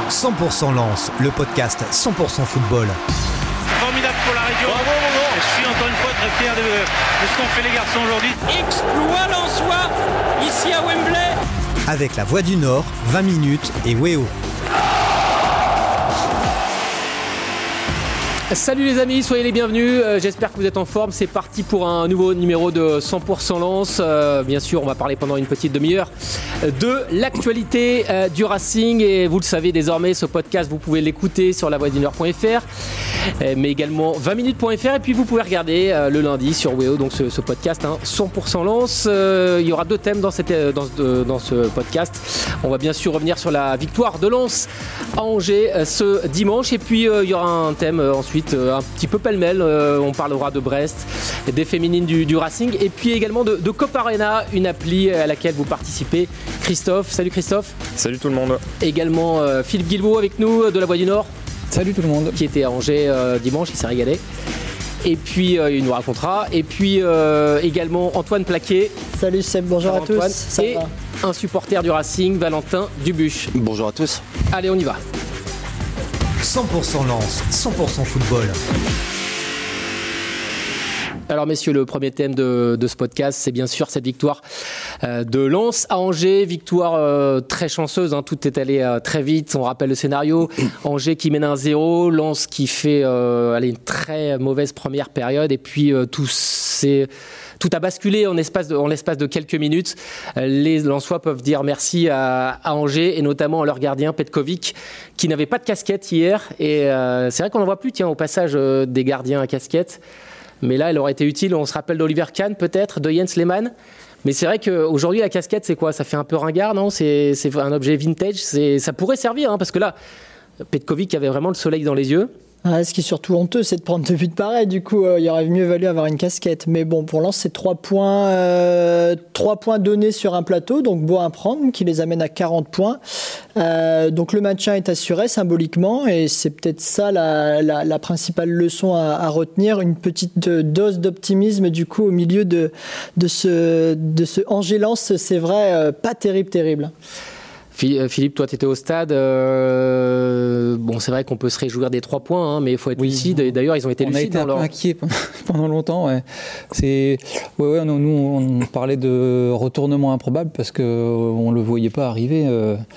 100% Lens, le podcast 100% football. Formidable pour la région. Bravo. Je suis encore une fois très fier de ce qu'ont fait les garçons aujourd'hui. Exploit lensois ici à Wembley. Avec la Voix du Nord, 20 minutes et Weo. Salut les amis, soyez les bienvenus, j'espère que vous êtes en forme, c'est parti pour un nouveau numéro de 100% Lens. Bien sûr, on va parler pendant une petite demi-heure de l'actualité du Racing et vous le savez désormais, ce podcast vous pouvez l'écouter sur lavoidunord.fr mais également 20minutes.fr et puis vous pouvez regarder le lundi sur Weo, donc ce podcast 100% Lens. Il y aura deux thèmes dans ce podcast. On va bien sûr revenir sur la victoire de Lens à Angers ce dimanche et puis il y aura un thème ensuite un petit peu pêle-mêle, on parlera de Brest, des féminines du Racing et puis également de Cop Arena, une appli à laquelle vous participez. Christophe, salut Christophe. Salut tout le monde. Également Philippe Guilbault avec nous de la Voix du Nord. Salut tout le monde. Qui était à Angers dimanche, il s'est régalé. Et puis il nous racontera. Et puis également Antoine Plaquet. Salut Seb, bonjour à Antoine, tous. Ça et va. un supporter du Racing, Valentin Dubuche. Bonjour à tous. Allez, on y va. 100% Lens, 100% football. Alors messieurs, le premier thème de ce podcast, c'est bien sûr cette victoire de Lens à Angers, victoire très chanceuse, tout est allé très vite, on rappelle le scénario, Angers qui mène 1-0, Lens qui fait une très mauvaise première période et puis tout a basculé en l'espace de quelques minutes. Les Lensois peuvent dire merci à Angers et notamment à leur gardien Petkovic qui n'avait pas de casquette hier et c'est vrai qu'on n'en voit plus au passage des gardiens à casquette. Mais là, elle aurait été utile. On se rappelle d'Oliver Kahn, peut-être, de Jens Lehmann. Mais c'est vrai qu'aujourd'hui, la casquette, c'est quoi ? Ça fait un peu ringard, non ? C'est un objet vintage. Ça pourrait servir, parce que là, Petkovic avait vraiment le soleil dans les yeux. Ce qui est surtout honteux, c'est de prendre 2 buts pareils. Du coup, il aurait mieux valu avoir une casquette. Mais bon, pour Lens, c'est 3 points donnés sur un plateau. Donc, beau à prendre, qui les amène à 40 points. Donc, le maintien est assuré symboliquement. Et c'est peut-être ça la principale leçon à retenir. Une petite dose d'optimisme, du coup, au milieu de ce Angers-Lens. C'est vrai, pas terrible. Philippe, toi, tu étais au stade. Bon, c'est vrai qu'on peut se réjouir des 3 points, mais il faut être lucide. Et d'ailleurs, ils ont été lucides. On a été un peu inquiets pendant longtemps. Ouais. Nous, on parlait de retournement improbable parce qu'on ne le voyait pas arriver.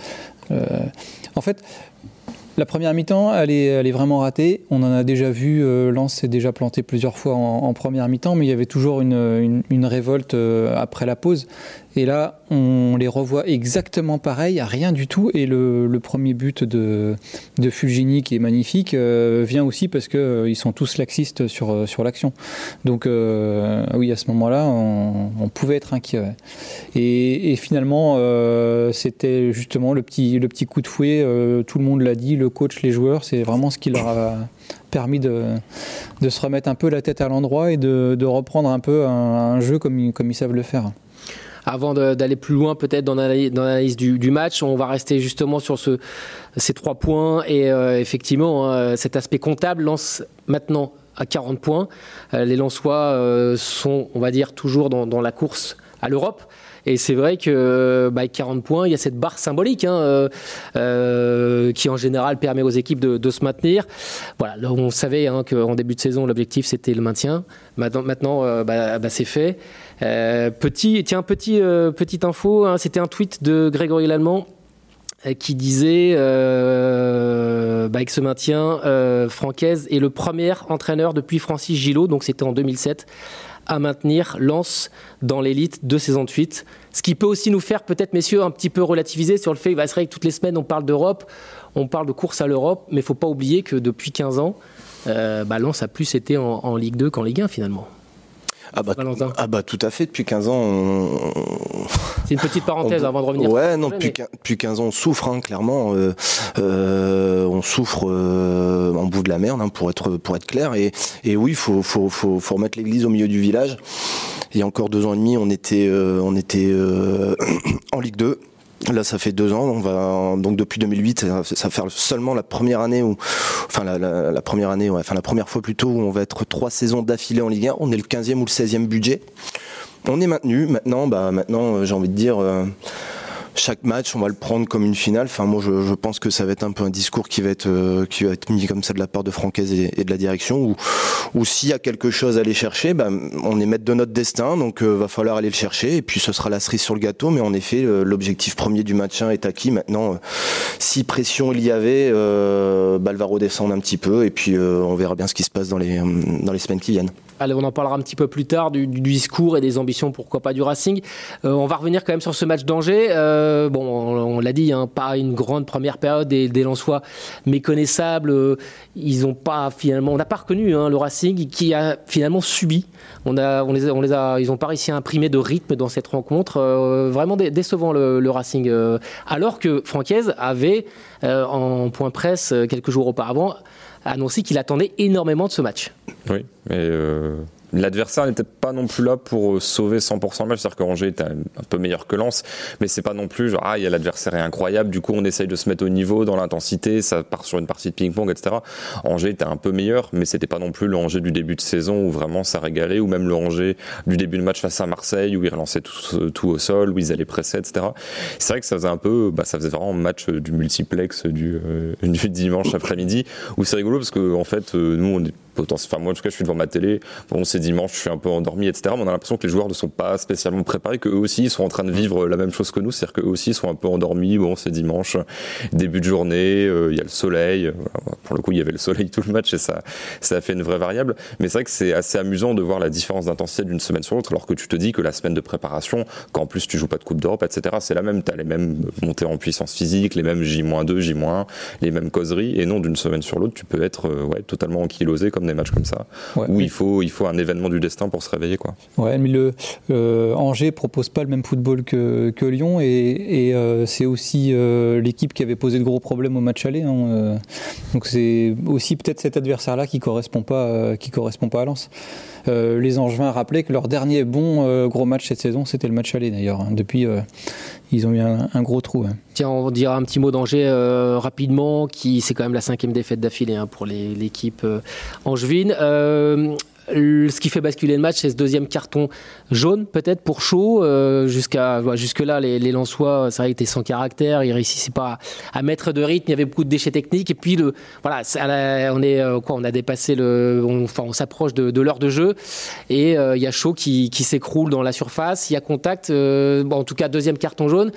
En fait, la première mi-temps, elle est vraiment ratée. On en a déjà vu, Lens s'est déjà planté plusieurs fois en première mi-temps, mais il y avait toujours une révolte après la pause. Et là, on les revoit exactement pareil, à rien du tout. Et le premier but de Fulgini, qui est magnifique, vient aussi parce qu'ils sont tous laxistes sur l'action. Donc oui, à ce moment-là, on pouvait être inquiet. Ouais. Et finalement, c'était justement le petit coup de fouet. Tout le monde l'a dit, le coach, les joueurs, c'est vraiment ce qui leur a permis de se remettre un peu la tête à l'endroit et de reprendre un peu un jeu comme ils savent le faire. Avant d'aller plus loin peut-être dans l'analyse du match, on va rester justement sur ces 3 points et effectivement cet aspect comptable. Lens maintenant à 40 points. Les Lensois sont, on va dire, toujours dans la course à l'Europe. Et c'est vrai que 40 points, il y a cette barre symbolique qui en général permet aux équipes de se maintenir. Voilà, là, on savait qu'en début de saison, l'objectif c'était le maintien. Maintenant, c'est fait. Petite info, c'était un tweet de Grégory Lallemand qui disait avec ce maintien, Francaise est le premier entraîneur depuis Francis Gillot, donc c'était en 2007, à maintenir Lens dans l'élite de saison de suite. Ce qui peut aussi nous faire peut-être, messieurs, un petit peu relativiser sur le fait que c'est vrai que toutes les semaines on parle d'Europe, on parle de course à l'Europe, mais il ne faut pas oublier que depuis 15 ans, Lens a plus été en Ligue 2 qu'en Ligue 1 finalement. Tout à fait, depuis 15 ans c'est une petite parenthèse avant de revenir. Ouais, non, depuis 15 ans on souffre, clairement. On souffre en bout de la merde, pour être clair. Et oui, faut remettre l'église au milieu du village. Il y a encore 2 ans et demi, on était en Ligue 2. Là, ça fait 2 ans. Donc depuis 2008, ça fait seulement la première année la première fois plutôt où on va être 3 saisons d'affilée en Ligue 1. On est le 15e ou le 16e budget. On est maintenu. Maintenant, j'ai envie de dire, chaque match, on va le prendre comme une finale. Enfin, moi, je pense que ça va être un peu un discours qui va être mis comme ça de la part de Francaise et de la direction, où s'il y a quelque chose à aller chercher, on est maître de notre destin, donc va falloir aller le chercher, et puis ce sera la cerise sur le gâteau. Mais en effet, l'objectif premier du match 1 est acquis. Maintenant, si pression il y avait, elle va redescendre un petit peu, et puis on verra bien ce qui se passe dans les semaines qui viennent. Allez, on en parlera un petit peu plus tard du discours et des ambitions, pourquoi pas, du Racing. On va revenir quand même sur ce match d'Angers. On l'a dit, pas une grande première période des Lensois méconnaissables. Ils ont pas finalement, on n'a pas reconnu le Racing qui a finalement subi. Ils ont pas réussi à imprimer de rythme dans cette rencontre. Vraiment décevant le Racing. Alors que Francaise avait en point presse quelques jours auparavant annoncé qu'il attendait énormément de ce match. Oui, mais l'adversaire n'était pas non plus là pour sauver 100% le match, c'est-à-dire que Angers était un peu meilleur que Lens, mais c'est pas non plus genre il y a l'adversaire est incroyable, du coup on essaye de se mettre au niveau dans l'intensité, ça part sur une partie de ping-pong, etc. Angers était un peu meilleur, mais c'était pas non plus le Angers du début de saison où vraiment ça régalait, ou même le Angers du début de match face à Marseille où ils relançaient tout au sol, où ils allaient presser, etc. C'est vrai que ça faisait un peu, ça faisait vraiment match du multiplex du dimanche après-midi, où c'est rigolo parce que en fait nous on est moi en tout cas je suis devant ma télé, c'est dimanche, je suis un peu endormi, etc. Mais on a l'impression que les joueurs ne sont pas spécialement préparés, qu'eux aussi ils sont en train de vivre la même chose que nous, c'est-à-dire qu'eux aussi ils sont un peu endormis, c'est dimanche, début de journée, il y a le soleil, pour le coup il y avait le soleil tout le match et ça a fait une vraie variable, mais c'est vrai que c'est assez amusant de voir la différence d'intensité d'une semaine sur l'autre, alors que tu te dis que la semaine de préparation, quand en plus tu joues pas de Coupe d'Europe, etc., c'est la même, t'as les mêmes montées en puissance physique, les mêmes J-2, J-1, les mêmes causeries, et non d'une semaine sur l'autre tu peux être totalement ankylosé comme des matchs comme ça, où il faut un événement du destin pour se réveiller, quoi. Ouais, mais Angers propose pas le même football que Lyon, et c'est aussi l'équipe qui avait posé de gros problèmes au match aller, donc c'est aussi peut-être cet adversaire-là qui correspond pas à Lens. Les Angevins rappelaient que leur dernier gros match cette saison, c'était le match aller d'ailleurs. Depuis, ils ont eu un gros trou. Tiens, on dira un petit mot d'Angers rapidement, c'est quand même la 5e défaite d'affilée pour l'équipe angevine. Ce qui fait basculer le match, c'est ce deuxième carton jaune, peut-être pour Shaw. Jusque-là, les Lensois, c'est vrai qu'ils étaient sans caractère, ils réussissaient pas à mettre de rythme, il y avait beaucoup de déchets techniques. Et puis, on a dépassé on s'approche de l'heure de jeu. Et il y a Shaw qui s'écroule dans la surface, il y a contact. En tout cas, deuxième carton jaune.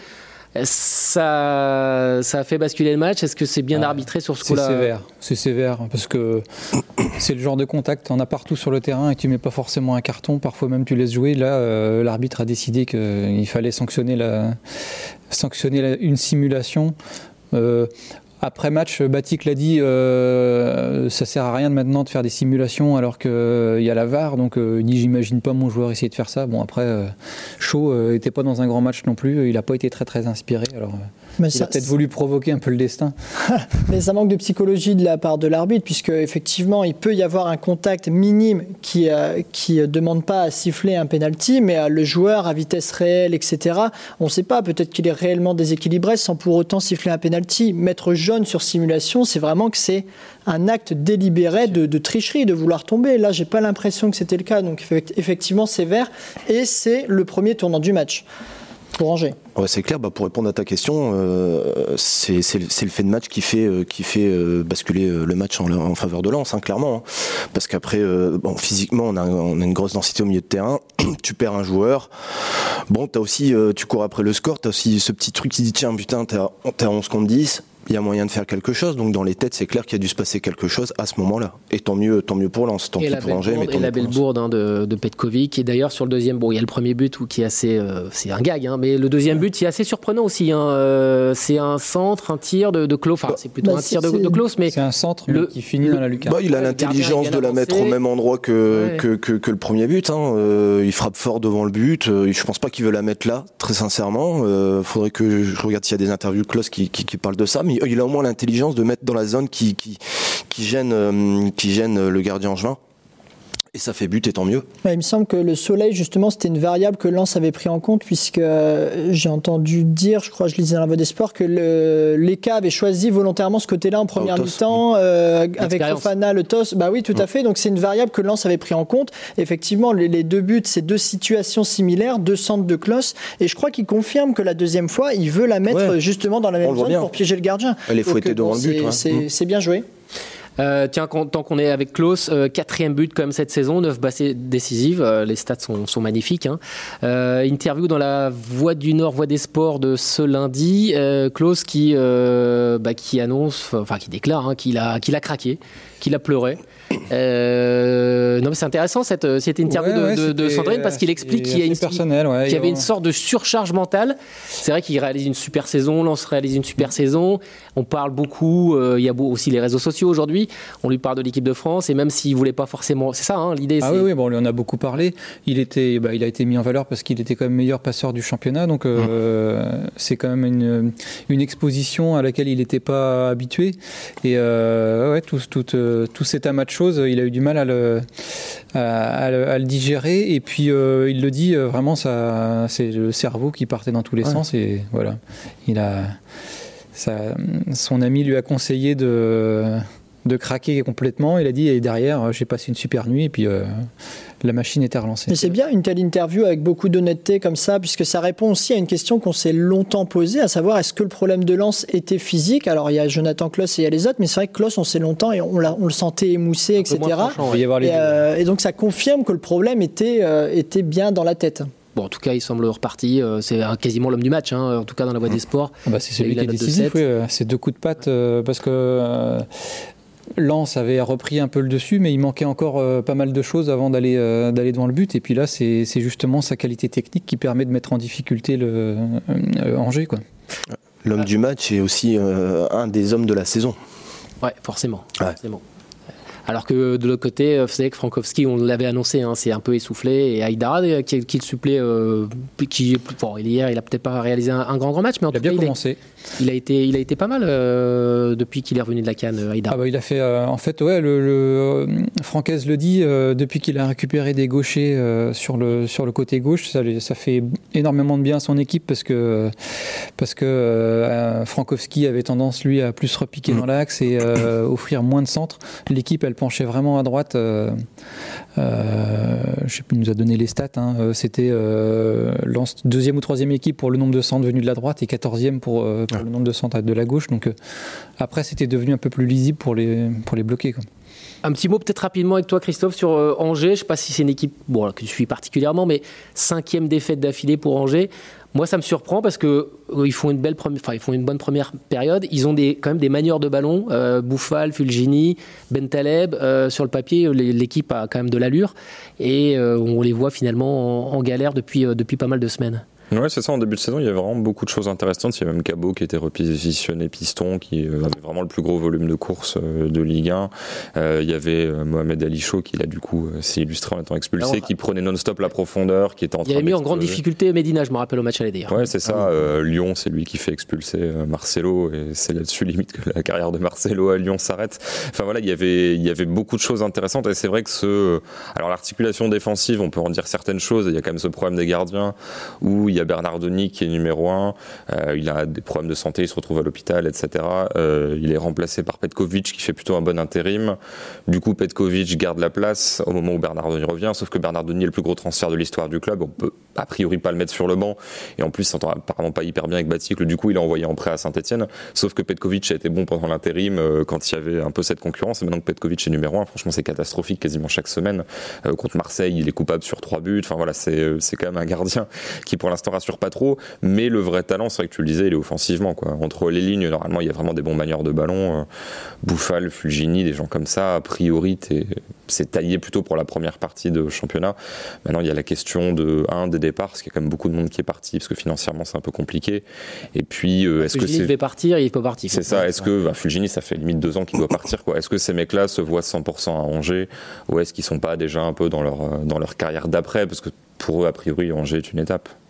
Ça a fait basculer le match. Est-ce que c'est bien arbitré sur ce coup-là ? C'est sévère parce que c'est le genre de contact, on a partout sur le terrain et tu mets pas forcément un carton, parfois même tu laisses jouer. Là, l'arbitre a décidé qu'il fallait sanctionner une simulation. Après match, Batik l'a dit, ça sert à rien de maintenant de faire des simulations alors qu'il y a la VAR, donc j'imagine pas mon joueur essayer de faire ça. Bon, après, Shaw était pas dans un grand match non plus, il a pas été très très inspiré, alors il a peut-être voulu provoquer un peu le destin. Mais ça manque de psychologie de la part de l'arbitre, puisque effectivement il peut y avoir un contact minime qui demande pas à siffler un penalty, mais le joueur à vitesse réelle, etc. On ne sait pas, peut-être qu'il est réellement déséquilibré sans pour autant siffler un penalty. Mettre jaune sur simulation, c'est vraiment que c'est un acte délibéré de tricherie, de vouloir tomber. Là, j'ai pas l'impression que c'était le cas, donc effectivement c'est vert et c'est le premier tournant du match pour Angers. Ouais, c'est clair. Pour répondre à ta question, c'est le fait de match qui fait basculer le match en faveur de Lens, clairement. Parce qu'après, physiquement, on a une grosse densité au milieu de terrain. Tu perds un joueur. T'as aussi, tu cours après le score. T'as aussi ce petit truc qui dit tiens, putain, t'es à 11 contre 10. Il y a moyen de faire quelque chose, donc dans les têtes, c'est clair qu'il y a dû se passer quelque chose à ce moment-là. Et tant mieux pour Lens, tant pis pour Angers. Et la belle bourde de Petkovic. Et d'ailleurs, sur le deuxième, il y a le premier but qui est assez. C'est un gag, mais le deuxième but, c'est assez surprenant aussi. C'est un centre, un tir de Klaus. Enfin, c'est plutôt un tir de Klaus, mais. C'est un centre qui finit dans la lucarne. Il a l'intelligence de la mettre au même endroit que le premier but. Il frappe fort devant le but. Je pense pas qu'il veut la mettre là, très sincèrement. Faudrait que je regarde s'il y a des interviews de Klaus qui parlent de ça. Mais il a au moins l'intelligence de mettre dans la zone qui gêne le gardien angevin. Et ça fait but, et tant mieux. Ouais, il me semble que le soleil, justement, c'était une variable que Lens avait pris en compte, puisque j'ai entendu dire, je crois que je lisais dans la Voix des Sports, que l'ECA avait choisi volontairement ce côté-là en première mi-temps, avec Fofana, le TOS. Bah oui, tout à fait. Donc c'est une variable que Lens avait pris en compte. Effectivement, les deux buts, c'est deux situations similaires, deux centres de Klose. Et je crois qu'il confirme que la deuxième fois, il veut la mettre justement dans la même zone pour piéger le gardien. Elle est fouettée devant le but. C'est bien joué. Tiens, tant qu'on est avec Klose, 4e but quand même cette saison, 9 passes décisives, les stats sont magnifiques. Interview dans la Voix du Nord, Voix des Sports de ce lundi, Klose qui annonce, enfin qui déclare qu'il a craqué, qu'il a pleuré. Non mais c'est intéressant cette interview de Sandrine, parce qu'il explique qu'il y avait une sorte de surcharge mentale. C'est vrai qu'il réalise une super saison, Lens réalise une super saison, on parle beaucoup, il y a aussi les réseaux sociaux aujourd'hui, on lui parle de l'équipe de France, et même s'il voulait pas forcément, c'est ça l'idée. Oui, on lui en a beaucoup parlé, il a été mis en valeur parce qu'il était quand même meilleur passeur du championnat, donc c'est quand même une exposition à laquelle il n'était pas habitué, et tout cet amas de choses, il a eu du mal à le digérer, et puis il le dit vraiment, c'est le cerveau qui partait dans tous les sens, et voilà, son ami lui a conseillé de craquer complètement. Il a dit, et derrière j'ai passé une super nuit, et puis la machine était relancée. Mais c'est bien une telle interview avec beaucoup d'honnêteté comme ça, puisque ça répond aussi à une question qu'on s'est longtemps posée, à savoir est-ce que le problème de Lens était physique. Alors il y a Jonathan Klose et il y a les autres, mais c'est vrai que Klose, on sait longtemps et on le sentait émoussé, etc. Et donc ça confirme que le problème était bien dans la tête. Bon, en tout cas, il semble reparti. C'est quasiment l'homme du match, en tout cas dans la Voix des Sports. C'est celui qui est décisif. C'est 2 coups de patte, parce que Lens avait repris un peu le dessus, mais il manquait encore pas mal de choses avant d'aller devant le but. Et puis là, c'est justement sa qualité technique qui permet de mettre en difficulté Angers, quoi. L'homme du match est aussi un des hommes de la saison. Ouais, forcément. Alors que de l'autre côté, vous savez que Frankowski, on l'avait annoncé, c'est un peu essoufflé, et Haïdara qui le supplée, hier, il a peut-être pas réalisé un grand match, mais en tout cas, il a été pas mal depuis qu'il est revenu de la CAN, Haïdara. Il a fait, Francaise le dit, depuis qu'il a récupéré des gauchers sur le côté gauche, ça fait énormément de bien à son équipe, parce que Frankowski avait tendance, lui, à plus se repiquer dans l'axe et offrir moins de centres. L'équipe, elle penchait vraiment à droite. Je sais plus, il nous a donné les stats. C'était Lens 2e ou 3e équipe pour le nombre de centres venus de la droite, et 14e pour le nombre de centres de la gauche. Donc après, c'était devenu un peu plus lisible pour les bloquer, quoi. Un petit mot peut-être rapidement avec toi, Christophe, sur Angers. Je ne sais pas si c'est une équipe que je suis particulièrement, mais 5e défaite d'affilée pour Angers. Moi, ça me surprend parce qu'ils font une bonne première période. Ils ont quand même des manieurs de ballon. Bouffal, Fulgini, Bentaleb. Sur le papier, l'équipe a quand même de l'allure. Et on les voit finalement en galère depuis pas mal de semaines. Ouais, c'est ça. En début de saison, il y avait vraiment beaucoup de choses intéressantes. Il y a même Cabot qui était repositionné piston, qui avait vraiment le plus gros volume de course de Ligue 1. Il y avait Mohamed Ali Chaud qui, là, du coup, s'est illustré en étant expulsé, qui prenait non-stop la profondeur, qui était en train. Il avait mis en grande difficulté Medina, je me rappelle, au match aller d'ailleurs. Ouais, c'est ça. Lyon, c'est lui qui fait expulser Marcelo, et c'est là-dessus limite que la carrière de Marcelo à Lyon s'arrête. Enfin voilà, il y avait beaucoup de choses intéressantes, et c'est vrai que alors l'articulation défensive, on peut en dire certaines choses. Il y a quand même ce problème des gardiens où il y a Bernardoni qui est numéro 1, il a des problèmes de santé, il se retrouve à l'hôpital, etc. Il est remplacé par Petkovic qui fait plutôt un bon intérim. Du coup, Petkovic garde la place au moment où Bernardoni revient, sauf que Bernardoni est le plus gros transfert de l'histoire du club. On peut a priori pas le mettre sur le banc, et en plus, il s'entend apparemment pas hyper bien avec Baticle. Du coup, il est envoyé en prêt à Saint-Etienne. Sauf que Petkovic a été bon pendant l'intérim quand il y avait un peu cette concurrence. Et maintenant que Petkovic est numéro 1, franchement, c'est catastrophique quasiment chaque semaine. Contre Marseille, il est coupable sur 3 buts. Enfin voilà, c'est quand même un gardien qui pour l'instant rassure pas trop, mais le vrai talent, c'est vrai que tu le disais, il est offensivement, quoi. Entre les lignes, normalement, il y a vraiment des bons manieurs de ballon. Bouffal, Fulgini, des gens comme ça, a priori, c'est taillé plutôt pour la première partie de championnat. Maintenant, il y a la question des départs, parce qu'il y a quand même beaucoup de monde qui est parti, parce que financièrement, c'est un peu compliqué. Et puis, est-ce que Fulgini devait partir, il n'est pas parti. C'est ça. Est-ce que Fulgini, ça fait limite 2 ans qu'il doit partir, quoi. Est-ce que ces mecs-là se voient 100% à Angers, ou est-ce qu'ils sont pas déjà un peu dans leur carrière d'après, parce que pour eux, a priori, Angers est une étape.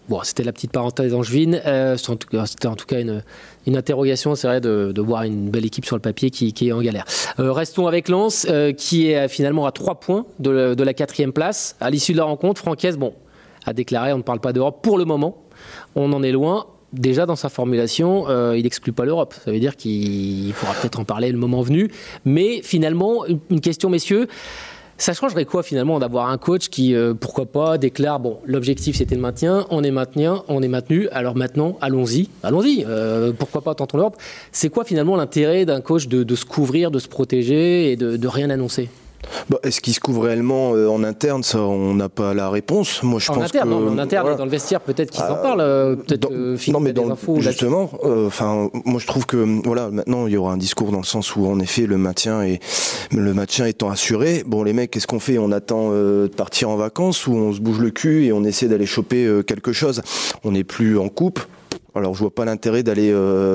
Bon, c'était la petite parenthèse angevine. C'était en tout cas une interrogation. C'est vrai de voir une belle équipe sur le papier qui est en galère. Restons avec Lens, qui est finalement à 3 points de la 4e place. À l'issue de la rencontre, Francaise a déclaré on ne parle pas d'Europe pour le moment. On en est loin. Déjà, dans sa formulation, il n'exclut pas l'Europe. Ça veut dire qu'il faudra peut-être en parler le moment venu. Mais finalement, une question, messieurs. Ça changerait quoi finalement d'avoir un coach qui, pourquoi pas, déclare l'objectif c'était le maintien, on est maintenu, alors maintenant allons-y, pourquoi pas tentons l'Europe. C'est quoi finalement l'intérêt d'un coach de se couvrir, de se protéger et de rien annoncer? Est-ce qu'il se couvre réellement en interne? Ça, on n'a pas la réponse. Moi, je pense interne, que en interne, voilà. Dans le vestiaire, peut-être qu'ils en parlent, mais des infos. Justement, moi, je trouve que maintenant, il y aura un discours dans le sens où, en effet, le maintien étant assuré. Bon, les mecs, qu'est-ce qu'on fait? On attend de partir en vacances ou on se bouge le cul et on essaie d'aller choper quelque chose? On n'est plus en coupe. Alors je vois pas l'intérêt d'aller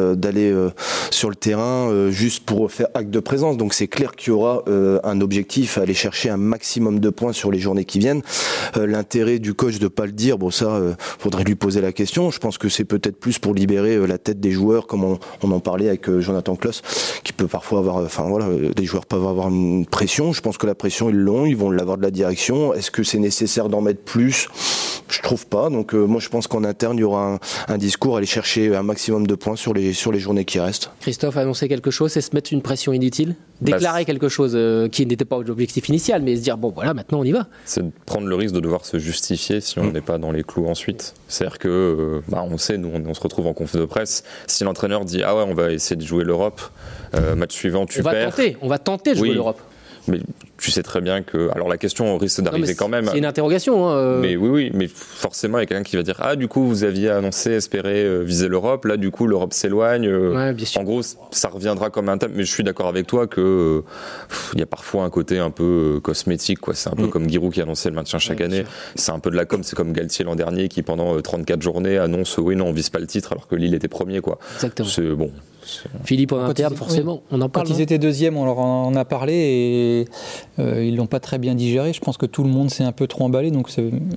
sur le terrain juste pour faire acte de présence. Donc c'est clair qu'il y aura un objectif à aller chercher un maximum de points sur les journées qui viennent. L'intérêt du coach de pas le dire, faudrait lui poser la question. Je pense que c'est peut-être plus pour libérer la tête des joueurs, comme on en parlait avec Jonathan Klaus, qui peut parfois avoir, des joueurs peuvent avoir une pression. Je pense que la pression ils l'ont, ils vont l'avoir de la direction. Est-ce que c'est nécessaire d'en mettre plus? Je trouve pas. Donc moi je pense qu'en interne il y aura un discours à aller chercher un maximum de points sur les journées qui restent. Christophe a annoncé quelque chose, c'est se mettre une pression inutile, déclarer quelque chose qui n'était pas l'objectif initial, mais se dire maintenant on y va. C'est de prendre le risque de devoir se justifier si on n'est pas dans les clous ensuite. C'est-à-dire que on sait, nous on se retrouve en conférence de presse, si l'entraîneur dit on va essayer de jouer l'Europe, match suivant tu perds. On va tenter de jouer l'Europe. Mais tu sais très bien que... Alors la question risque d'arriver quand même. C'est une interrogation. Mais oui, mais forcément il y a quelqu'un qui va dire du coup vous aviez annoncé, espéré viser l'Europe, là du coup l'Europe s'éloigne. Bien sûr. En gros ça reviendra comme un thème, mais je suis d'accord avec toi que il y a parfois un côté un peu cosmétique, quoi. C'est un peu comme Giroud qui annonçait le maintien chaque année. C'est un peu de la com, c'est comme Galtier l'an dernier qui pendant 34 journées annonce on vise pas le titre alors que Lille était premier, quoi. Exactement. C'est bon. Philippe en interne, forcément, on en parle. Quand ils étaient deuxième, on leur en a parlé et ils l'ont pas très bien digéré. Je pense que tout le monde s'est un peu trop emballé. Donc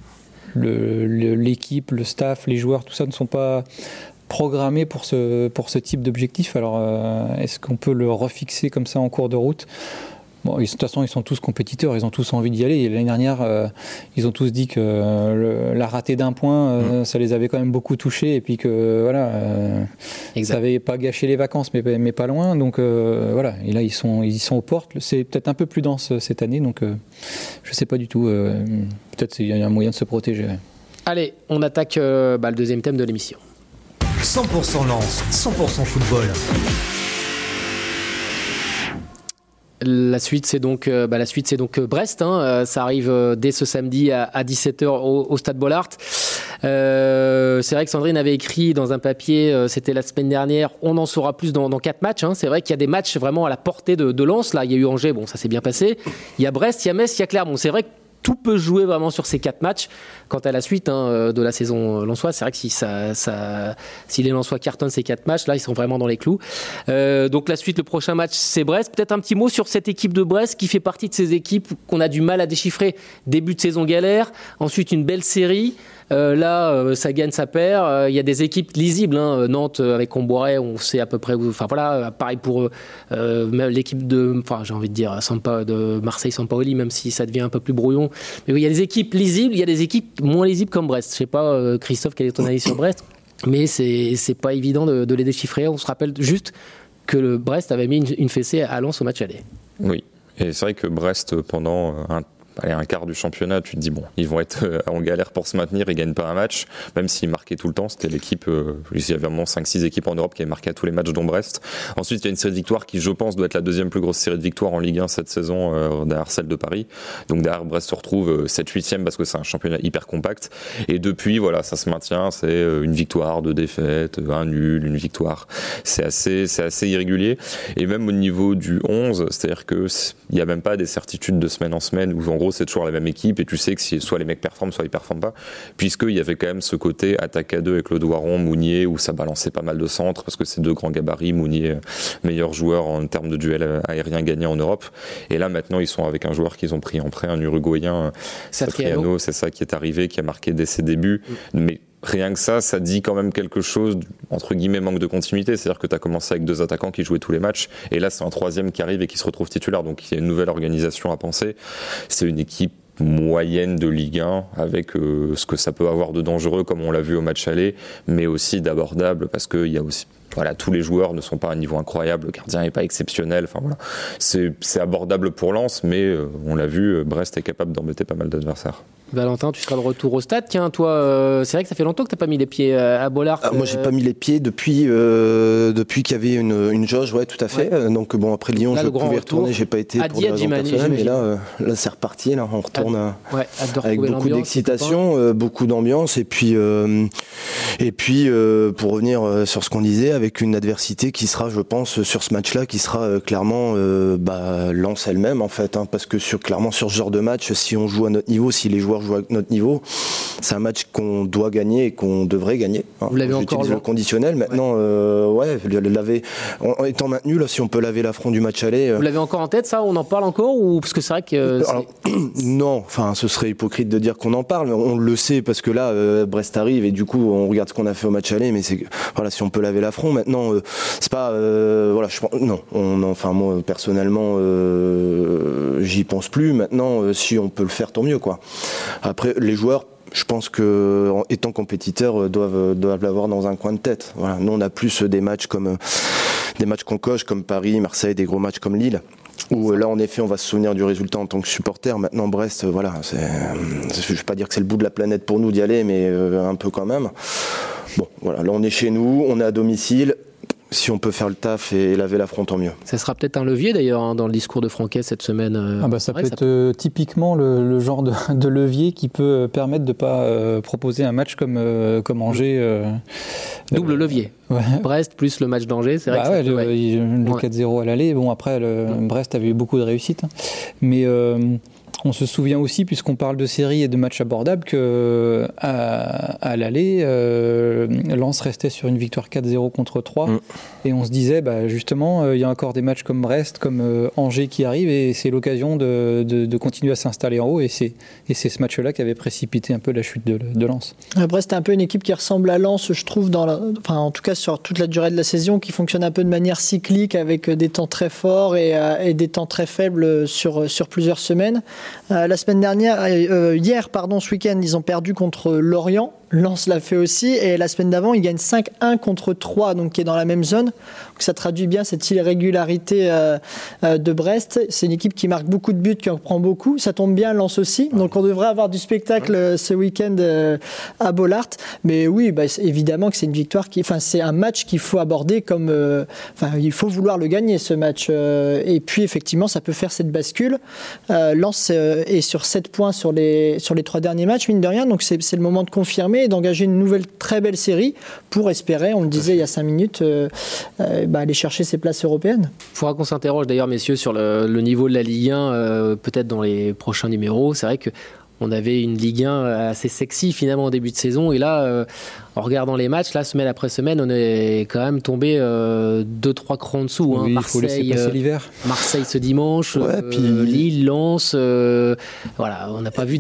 l'équipe, le staff, les joueurs, tout ça ne sont pas programmés pour ce type d'objectif. Alors est-ce qu'on peut le refixer comme ça en cours de route? Bon, de toute façon, ils sont tous compétiteurs, ils ont tous envie d'y aller. L'année dernière, ils ont tous dit que la ratée d'un point, ça les avait quand même beaucoup touchés, et puis que ça n'avait pas gâché les vacances, mais pas loin. Donc et là, ils sont aux portes. C'est peut-être un peu plus dense cette année, donc je ne sais pas du tout. Peut-être qu'il y a un moyen de se protéger. Allez, on attaque le deuxième thème de l'émission. 100% Lens, 100% football. La suite, c'est donc Brest. Ça arrive dès ce samedi à 17h au Stade Bollaert. C'est vrai que Sandrine avait écrit dans un papier, c'était la semaine dernière, on en saura plus dans 4 matchs. C'est vrai qu'il y a des matchs vraiment à la portée de Lens. Là, il y a eu Angers, ça s'est bien passé. Il y a Brest, il y a Metz, il y a Clermont. C'est vrai que tout peut jouer vraiment sur ces 4 matchs. Quant à la suite de la saison lensoise, c'est vrai que si les Lensois cartonnent ces 4 matchs, là, ils sont vraiment dans les clous. Donc la suite, le prochain match, c'est Brest. Peut-être un petit mot sur cette équipe de Brest qui fait partie de ces équipes qu'on a du mal à déchiffrer. Début de saison galère, ensuite une belle série. Là, ça gagne, ça perd. Il y a des équipes lisibles. Nantes avec Comboiré, on sait à peu près où. Pareil pour l'équipe de Marseille Sampaoli, même si ça devient un peu plus brouillon. Mais oui, il y a des équipes lisibles, il y a des équipes moins lisibles comme Brest. Je sais pas, Christophe, quel est ton avis sur Brest? Mais c'est pas évident de les déchiffrer. On se rappelle juste que le Brest avait mis une fessée à Lens au match aller. Oui, et c'est vrai que Brest, pendant un quart du championnat, tu te dis ils vont être en galère pour se maintenir, ils gagnent pas un match, même s'ils marquaient tout le temps. C'était l'équipe, il y avait vraiment 5-6 équipes en Europe qui avaient marqué à tous les matchs, dont Brest. Ensuite, il y a une série de victoires qui, je pense, doit être la deuxième plus grosse série de victoires en Ligue 1 cette saison, derrière celle de Paris. Donc derrière, Brest se retrouve 7-8e parce que c'est un championnat hyper compact. Et depuis, ça se maintient, c'est une victoire, 2 défaites, un nul, une victoire. C'est assez irrégulier. Et même au niveau du 11, c'est-à-dire que il y a même pas des certitudes de semaine en semaine où en gros c'est toujours la même équipe et tu sais que soit les mecs performent, soit ils performent pas, puisqu'il y avait quand même ce côté attaque à 2 avec le Doiron, Mounier, où ça balançait pas mal de centres parce que c'est 2 grands gabarits. Mounier, meilleur joueur en termes de duel aérien gagné en Europe, et là maintenant ils sont avec un joueur qu'ils ont pris en prêt, un Uruguayen, Satriano, c'est ça qui est arrivé, qui a marqué dès ses débuts. Mais rien que ça dit quand même quelque chose, entre guillemets, manque de continuité. C'est-à-dire que tu as commencé avec 2 attaquants qui jouaient tous les matchs, et là c'est un 3e qui arrive et qui se retrouve titulaire. Donc il y a une nouvelle organisation à penser. C'est une équipe moyenne de Ligue 1 avec ce que ça peut avoir de dangereux, comme on l'a vu au match aller, mais aussi d'abordable, parce qu'il y a aussi... Voilà, tous les joueurs ne sont pas à un niveau incroyable, le gardien n'est pas exceptionnel. Enfin voilà, c'est abordable pour Lens, mais on l'a vu, Brest est capable d'embêter pas mal d'adversaires. Valentin, tu seras de retour au stade. Tiens, toi, c'est vrai que ça fait longtemps que tu n'as pas mis les pieds à Bollaert. Moi, j'ai pas mis les pieds depuis qu'il y avait une jauge, ouais, tout à fait. Ouais. Donc bon, après Lyon, je pouvais retourner, j'ai pas été pour des raisons personnelles, mais là, c'est reparti. Là, on retourne avec beaucoup d'excitation, beaucoup d'ambiance, et puis pour revenir sur ce qu'on disait, avec une adversité qui sera, je pense, sur ce match-là, qui sera clairement Lens elle-même en fait, parce que clairement sur ce genre de match, si on joue à notre niveau, si les joueurs jouent à notre niveau, c'est un match qu'on doit gagner et qu'on devrait gagner. Vous l'avez encore le conditionnel maintenant, étant maintenu là, si on peut laver l'affront du match aller. Vous l'avez encore en tête, ça? On en parle encore, ou parce que c'est vrai que non, enfin, ce serait hypocrite de dire qu'on en parle. On le sait parce que là, Brest arrive et du coup, on regarde ce qu'on a fait au match aller, mais c'est voilà, si on peut laver l'affront. Maintenant, c'est pas moi personnellement, j'y pense plus. Maintenant, si on peut le faire, tant mieux quoi. Après, les joueurs, je pense que étant compétiteurs, doivent l'avoir dans un coin de tête. Voilà. Nous, on a plus des matchs qu'on coche, comme Paris, Marseille, des gros matchs comme Lille. Où là, en effet, on va se souvenir du résultat en tant que supporter. Maintenant, Brest, voilà, je ne vais pas dire que c'est le bout de la planète pour nous d'y aller, mais un peu quand même. Bon, voilà, là, on est chez nous, on est à domicile. Si on peut faire le taf et laver l'affront, tant mieux. Ça sera peut-être un levier d'ailleurs dans le discours de Franquet cette semaine. Ça peut être typiquement le genre de levier qui peut permettre de ne pas proposer un match comme Angers. Double levier. Ouais. Brest plus le match d'Angers, c'est vrai que le 4-0 à l'aller. Bon, après, Brest avait eu beaucoup de réussite. Mais on se souvient aussi, puisqu'on parle de séries et de matchs abordables, qu'à l'aller, Lens restait sur une victoire 4-0 contre 3. Et on se disait, justement, il y a encore des matchs comme Brest, comme Angers qui arrivent, et c'est l'occasion de continuer à s'installer en haut. Et c'est ce match-là qui avait précipité un peu la chute de Lens. Brest, c'est un peu une équipe qui ressemble à Lens, je trouve, en tout cas sur toute la durée de la saison, qui fonctionne un peu de manière cyclique, avec des temps très forts et des temps très faibles sur plusieurs semaines. La semaine dernière, ce week-end, ils ont perdu contre Lorient. Lens l'a fait aussi, et la semaine d'avant, ils gagnent 5-1 contre 3, donc qui est dans la même zone. Donc ça traduit bien cette irrégularité de Brest. C'est une équipe qui marque beaucoup de buts, qui en prend beaucoup. Ça tombe bien, Lens aussi. Donc on devrait avoir du spectacle ce week-end à Bollaert. Mais oui, évidemment que c'est une victoire c'est un match qu'il faut aborder comme, il faut vouloir le gagner, ce match. Et puis effectivement, ça peut faire cette bascule. Lens est sur 7 points sur les 3 derniers matchs, mine de rien. Donc c'est le moment de confirmer et d'engager une nouvelle très belle série pour espérer, on le disait il y a 5 minutes, aller chercher ces places européennes. Il faudra qu'on s'interroge d'ailleurs, messieurs, sur le niveau de la Ligue 1, peut-être dans les prochains numéros. C'est vrai qu'on avait une Ligue 1 assez sexy finalement au début de saison, et là, en regardant les matchs, là, semaine après semaine, on est quand même tombé 2-3 crans en dessous. Oui, il faut laisser passer l'hiver. Marseille ce dimanche, Lille, Lens, on n'a pas vu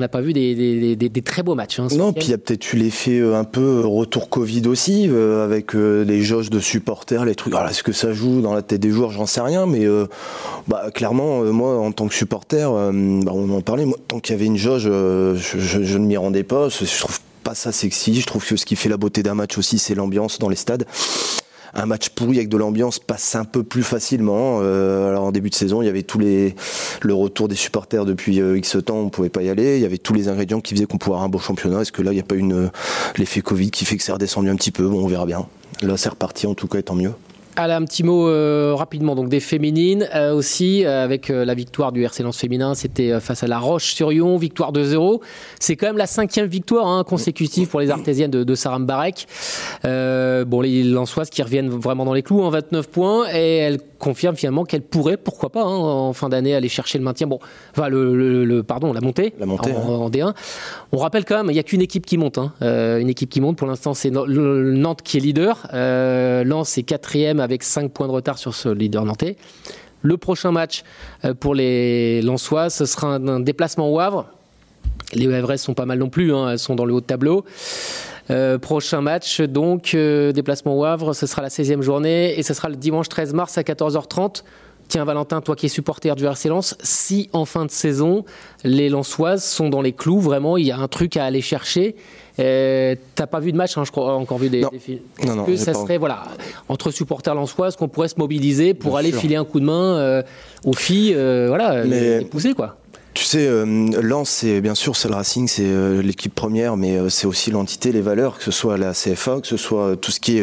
des très beaux matchs. Non, puis il y a peut-être eu l'effet un peu retour Covid aussi, avec les jauges de supporters, les trucs. Alors, est-ce que ça joue dans la tête des joueurs? J'en sais rien, mais clairement, moi, en tant que supporter, on en parlait. Moi, tant qu'il y avait une jauge, je ne m'y rendais pas. Je trouve pas ça sexy. Je trouve que ce qui fait la beauté d'un match aussi, c'est l'ambiance dans les stades. Un match pourri avec de l'ambiance passe un peu plus facilement. Alors en début de saison, il y avait le retour des supporters depuis X temps, on pouvait pas y aller. Il y avait tous les ingrédients qui faisaient qu'on pouvait avoir un beau championnat. Est-ce que là, il n'y a pas l'effet Covid qui fait que c'est redescendu un petit peu? Bon, on verra bien. Là, c'est reparti, en tout cas, et tant mieux. Allez, un petit mot rapidement donc des féminines aussi, avec la victoire du RC Lens féminin, c'était face à La Roche-sur-Yon, victoire 2-0. C'est quand même la 5e victoire consécutive pour les Artésiennes de Sarah Mbarek. Les Lensoises qui reviennent vraiment dans les clous, 29 points, et elles confirment finalement qu'elles pourraient, pourquoi pas, en fin d'année aller chercher le maintien. La montée en D1. On rappelle quand même, il n'y a qu'une équipe qui monte. Une équipe qui monte, pour l'instant, c'est Nantes qui est leader. Lens est 4e avec 5 points de retard sur ce leader nantais. Le prochain match pour les Lensois, ce sera un déplacement au Havre. Les Havrais sont pas mal non plus, elles sont dans le haut de tableau. Prochain match, donc, déplacement au Havre, ce sera la 16e journée et ce sera le dimanche 13 mars à 14h30. Tiens Valentin, toi qui es supporter du RC Lens, si en fin de saison, les Lensoises sont dans les clous, vraiment, il y a un truc à aller chercher. T'as pas vu de match, hein, je crois, encore vu des films. Non, que ça serait, voilà, entre supporters lensoises, qu'on pourrait se mobiliser pour aller filer un coup de main aux filles, les pousser, quoi. Tu sais, Lens, c'est bien sûr, c'est le Racing, c'est l'équipe première, mais c'est aussi l'entité, les valeurs, que ce soit la CFA, que ce soit tout ce qui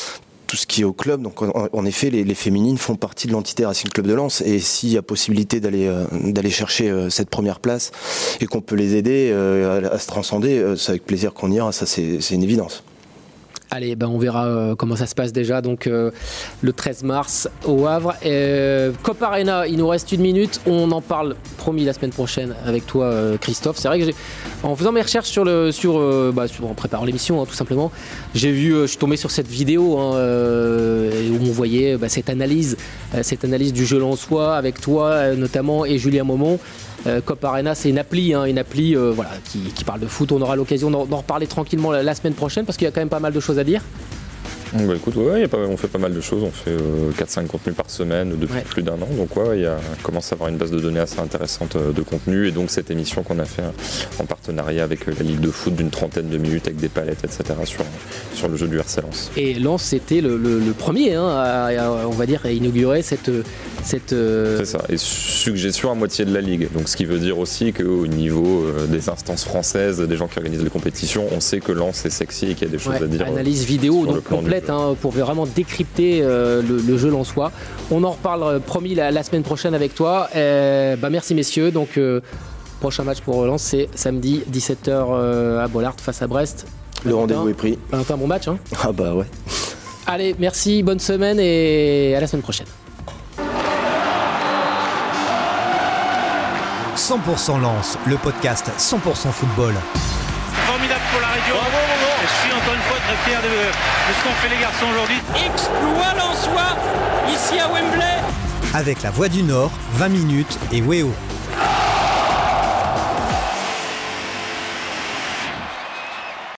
est au club. Donc en effet, les féminines font partie de l'entité Racing Club de Lens, et s'il y a possibilité d'aller chercher cette première place et qu'on peut les aider à se transcender, c'est avec plaisir qu'on ira, ça c'est une évidence. Allez, on verra comment ça se passe déjà. Donc le 13 mars au Havre. Cop Arena, il nous reste 1 minute. On en parle, promis, la semaine prochaine avec toi, Christophe. C'est vrai que en faisant mes recherches en préparant l'émission, hein, tout simplement, je suis tombé sur cette vidéo où on voyait cette analyse du jeu lensois avec toi notamment et Julien Maumont. Cop Arena, c'est une appli qui parle de foot. On aura l'occasion d'en reparler tranquillement la semaine prochaine parce qu'il y a quand même pas mal de choses à dire. Écoute, on fait pas mal de choses, on fait 4-5 contenus par semaine depuis plus d'1 an, donc il commence à avoir une base de données assez intéressante de contenu, et donc cette émission qu'on a fait en partenariat avec la Ligue de foot d'une 30aine de minutes avec des palettes, etc. sur le jeu du RC Lens. Et Lens, c'était le premier à inaugurer cette... C'est ça, et suggestion à moitié de la Ligue, donc ce qui veut dire aussi qu'au niveau des instances françaises, des gens qui organisent les compétitions, on sait que Lens est sexy et qu'il y a des choses à dire. Analyse vidéo donc complète pour vraiment décrypter le jeu lensois. On en reparle, promis, la semaine prochaine avec toi. Merci messieurs, donc prochain match pour Lens, c'est samedi 17h à Bollaert face à Brest. Le rendez-vous est pris. Valentin, bon match, hein. Ah bah ouais. Allez, merci, bonne semaine et à la semaine prochaine. 100% Lens, le podcast 100% football. Formidable pour la région. Je suis encore une fois très fier de ce qu'ont fait les garçons aujourd'hui. Exploit lensois ici à Wembley. Avec la Voix du Nord, 20 minutes et Weo.